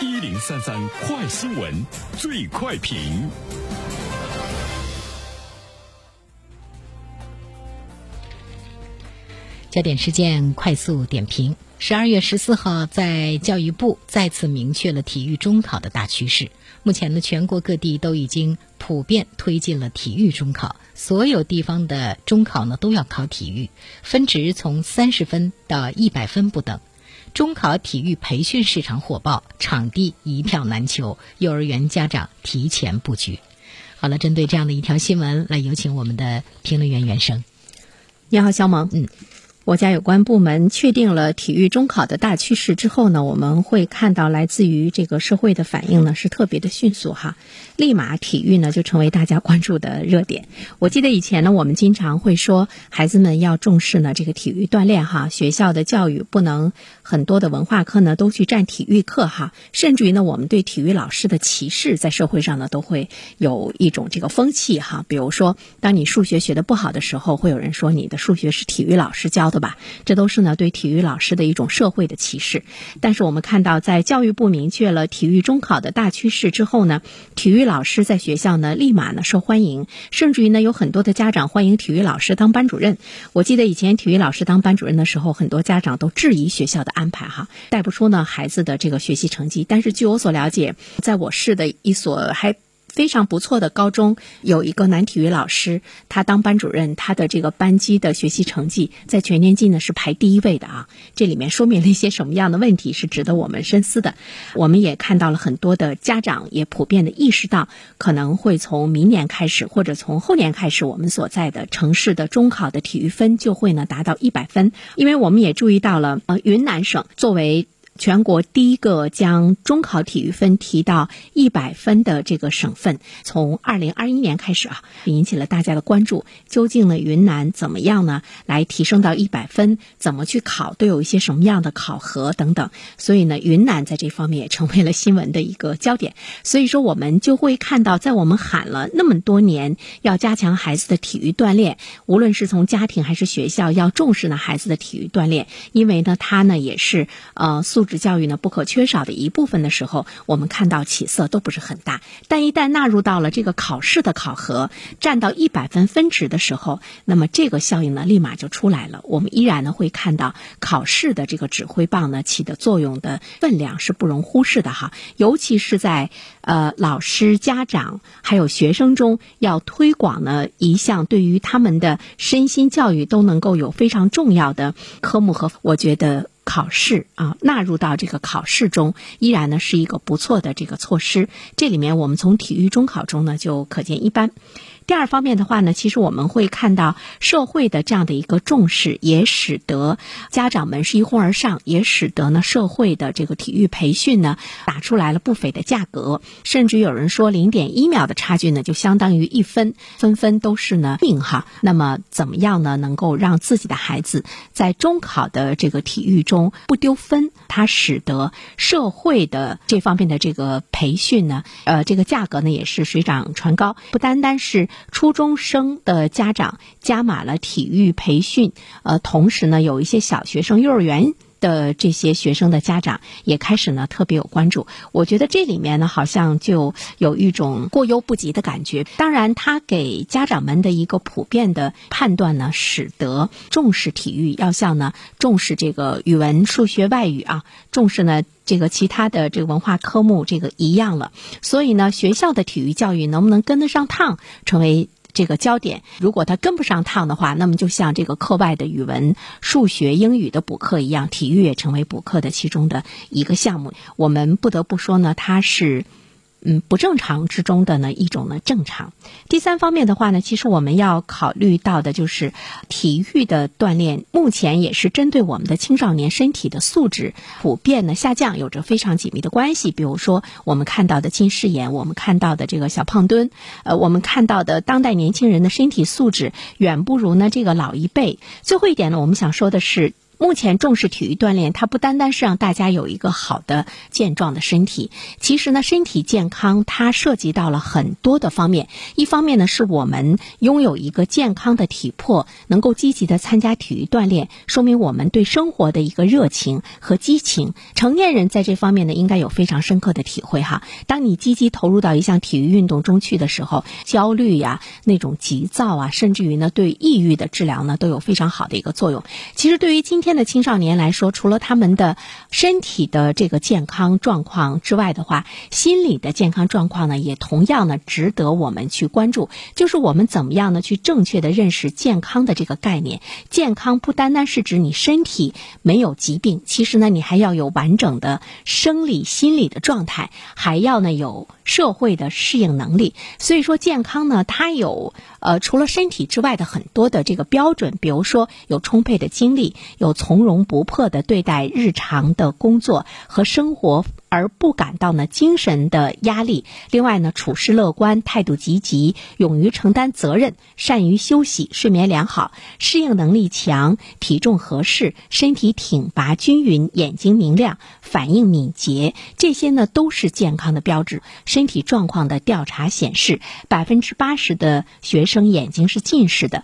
1033快新闻最快评。 焦点事件快速点评。12月14号，在教育部再次明确了体育中考的大趋势。目前呢，全国各地都已经普遍推进了体育中考，所有地方的中考呢都要考体育，分值从30分到100分不等。中考体育培训市场火爆，场地一票难求，幼儿园家长提前布局。好了，针对这样的一条新闻，来有请我们的评论员袁生。 你好，小萌。国家有关部门确定了体育中考的大趋势之后呢，我们会看到来自于这个社会的反应呢是特别的迅速哈，立马体育呢就成为大家关注的热点。我记得以前呢，我们经常会说孩子们要重视呢这个体育锻炼哈，学校的教育不能很多的文化课呢都去占体育课哈，甚至于呢我们对体育老师的歧视在社会上呢都会有一种这个风气哈，比如说当你数学学得不好的时候，会有人说你的数学是体育老师教的吧，这都是呢对体育老师的一种社会的歧视。但是我们看到在教育部明确了体育中考的大趋势之后呢，体育老师在学校呢立马呢受欢迎，甚至于呢有很多的家长欢迎体育老师当班主任。我记得以前体育老师当班主任的时候，很多家长都质疑学校的安排哈，带不出呢孩子的这个学习成绩。但是据我所了解，在我市的一所还非常不错的高中，有一个男体育老师，他当班主任，他的这个班级的学习成绩在全年级呢是排第1位的啊。这里面说明了一些什么样的问题，是值得我们深思的。我们也看到了很多的家长也普遍的意识到，可能会从明年开始或者从后年开始，我们所在的城市的中考的体育分就会呢达到100分。因为我们也注意到了云南省作为全国第一个将中考体育分提到100分的这个省份，从2021年开始啊，引起了大家的关注。究竟呢，云南怎么样呢，来提升到100分？怎么去考？都有一些什么样的考核等等。所以呢，云南在这方面也成为了新闻的一个焦点。所以说，我们就会看到，在我们喊了那么多年要加强孩子的体育锻炼，无论是从家庭还是学校，要重视呢孩子的体育锻炼，因为呢，它呢也是素质教育呢不可缺少的一部分的时候，我们看到起色都不是很大。但一旦纳入到了这个考试的考核，占到100分分值的时候，那么这个效应呢立马就出来了。我们依然呢会看到考试的这个指挥棒呢起的作用的分量是不容忽视的哈，尤其是在老师、家长还有学生中要推广呢一项对于他们的身心教育都能够有非常重要的科目，和我觉得考试啊纳入到这个考试中，依然呢是一个不错的这个措施。这里面我们从体育中考中呢就可见一斑。第二方面的话呢，其实我们会看到社会的这样的一个重视，也使得家长们是一哄而上，也使得呢社会的这个体育培训呢打出来了不菲的价格，甚至有人说0.1秒的差距呢就相当于1分，分分都是呢命哈。那么怎么样呢能够让自己的孩子在中考的这个体育中不丢分，它使得社会的这方面的这个培训呢这个价格呢也是水涨船高，不单单是初中生的家长加码了体育培训，同时呢有一些小学生、幼儿园的这些学生的家长也开始呢特别有关注。我觉得这里面呢好像就有一种过犹不及的感觉。当然他给家长们的一个普遍的判断呢，使得重视体育要像呢重视这个语文、数学、外语啊，重视呢这个其他的这个文化科目这个一样了。所以呢学校的体育教育能不能跟得上趟，成为这个焦点。如果他跟不上趟的话，那么就像这个课外的语文、数学、英语的补课一样，体育也成为补课的其中的一个项目。我们不得不说呢，它是不正常之中的呢一种呢正常。第三方面的话呢，其实我们要考虑到的就是体育的锻炼，目前也是针对我们的青少年身体的素质普遍的下降有着非常紧密的关系。比如说我们看到的近视眼，我们看到的这个小胖墩，我们看到的当代年轻人的身体素质远不如呢这个老一辈。最后一点呢，我们想说的是目前重视体育锻炼，它不单单是让大家有一个好的健壮的身体，其实呢，身体健康它涉及到了很多的方面。一方面呢，是我们拥有一个健康的体魄，能够积极的参加体育锻炼，说明我们对生活的一个热情和激情。成年人在这方面呢，应该有非常深刻的体会哈。当你积极投入到一项体育运动中去的时候，焦虑呀、那种急躁啊，甚至于呢，对抑郁的治疗呢，都有非常好的一个作用。其实对于今天的青少年来说，除了他们的身体的这个健康状况之外的话，心理的健康状况呢，也同样呢值得我们去关注。就是我们怎么样呢去正确的认识健康的这个概念。健康不单单是指你身体没有疾病，其实呢你还要有完整的生理心理的状态，还要呢有社会的适应能力。所以说健康呢，它有除了身体之外的很多的这个标准，比如说有充沛的精力，有从容不迫的对待日常的工作和生活，而不感到呢精神的压力。另外呢，处事乐观，态度积极，勇于承担责任，善于休息，睡眠良好，适应能力强，体重合适，身体挺拔均匀，眼睛明亮，反应敏捷，这些呢都是健康的标志。身体状况的调查显示，80%的学生眼睛是近视的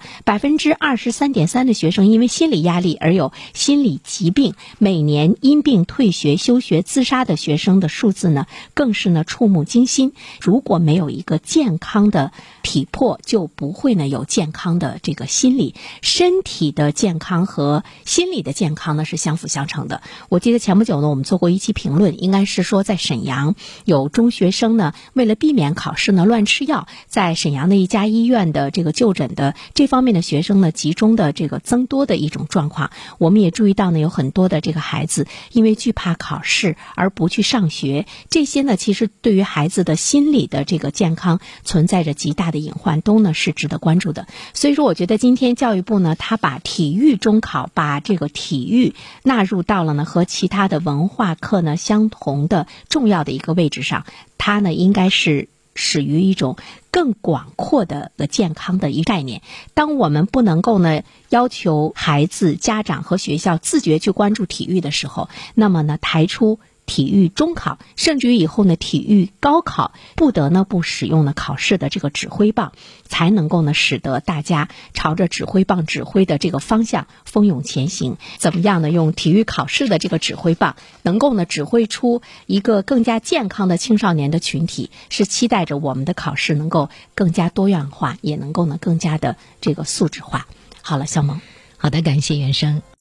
，23.3%的学生因为心理压力而有心理疾病，每年因病退学、休学、自杀的学生的数字呢，更是呢触目惊心。如果没有一个健康的体魄，就不会呢有健康的这个心理。身体的健康和心理的健康呢是相辅相成的。我记得前不久呢，我们做过一期评论，应该是说在沈阳有中学生呢，为了避免考试呢乱吃药，在沈阳的一家医院的这个就诊的这方面的学生呢，集中的这个增多的一种状况。我们也注意到呢，有很多的这个孩子因为惧怕考试而不去上学，这些呢其实对于孩子的心理的这个健康存在着极大的隐患，都呢是值得关注的。所以说我觉得今天教育部呢，他把体育中考，把这个体育纳入到了呢和其他的文化课呢相同的重要的一个位置上，它呢应该是始于一种更广阔的健康的一个概念。当我们不能够呢要求孩子、家长和学校自觉去关注体育的时候，那么呢抬出体育中考，甚至于以后呢体育高考，不得呢不使用呢考试的这个指挥棒，才能够呢使得大家朝着指挥棒指挥的这个方向蜂拥前行。怎么样呢用体育考试的这个指挥棒，能够呢指挥出一个更加健康的青少年的群体，是期待着我们的考试能够更加多样化，也能够呢更加的这个素质化。好了，小萌。 好的，感谢袁生。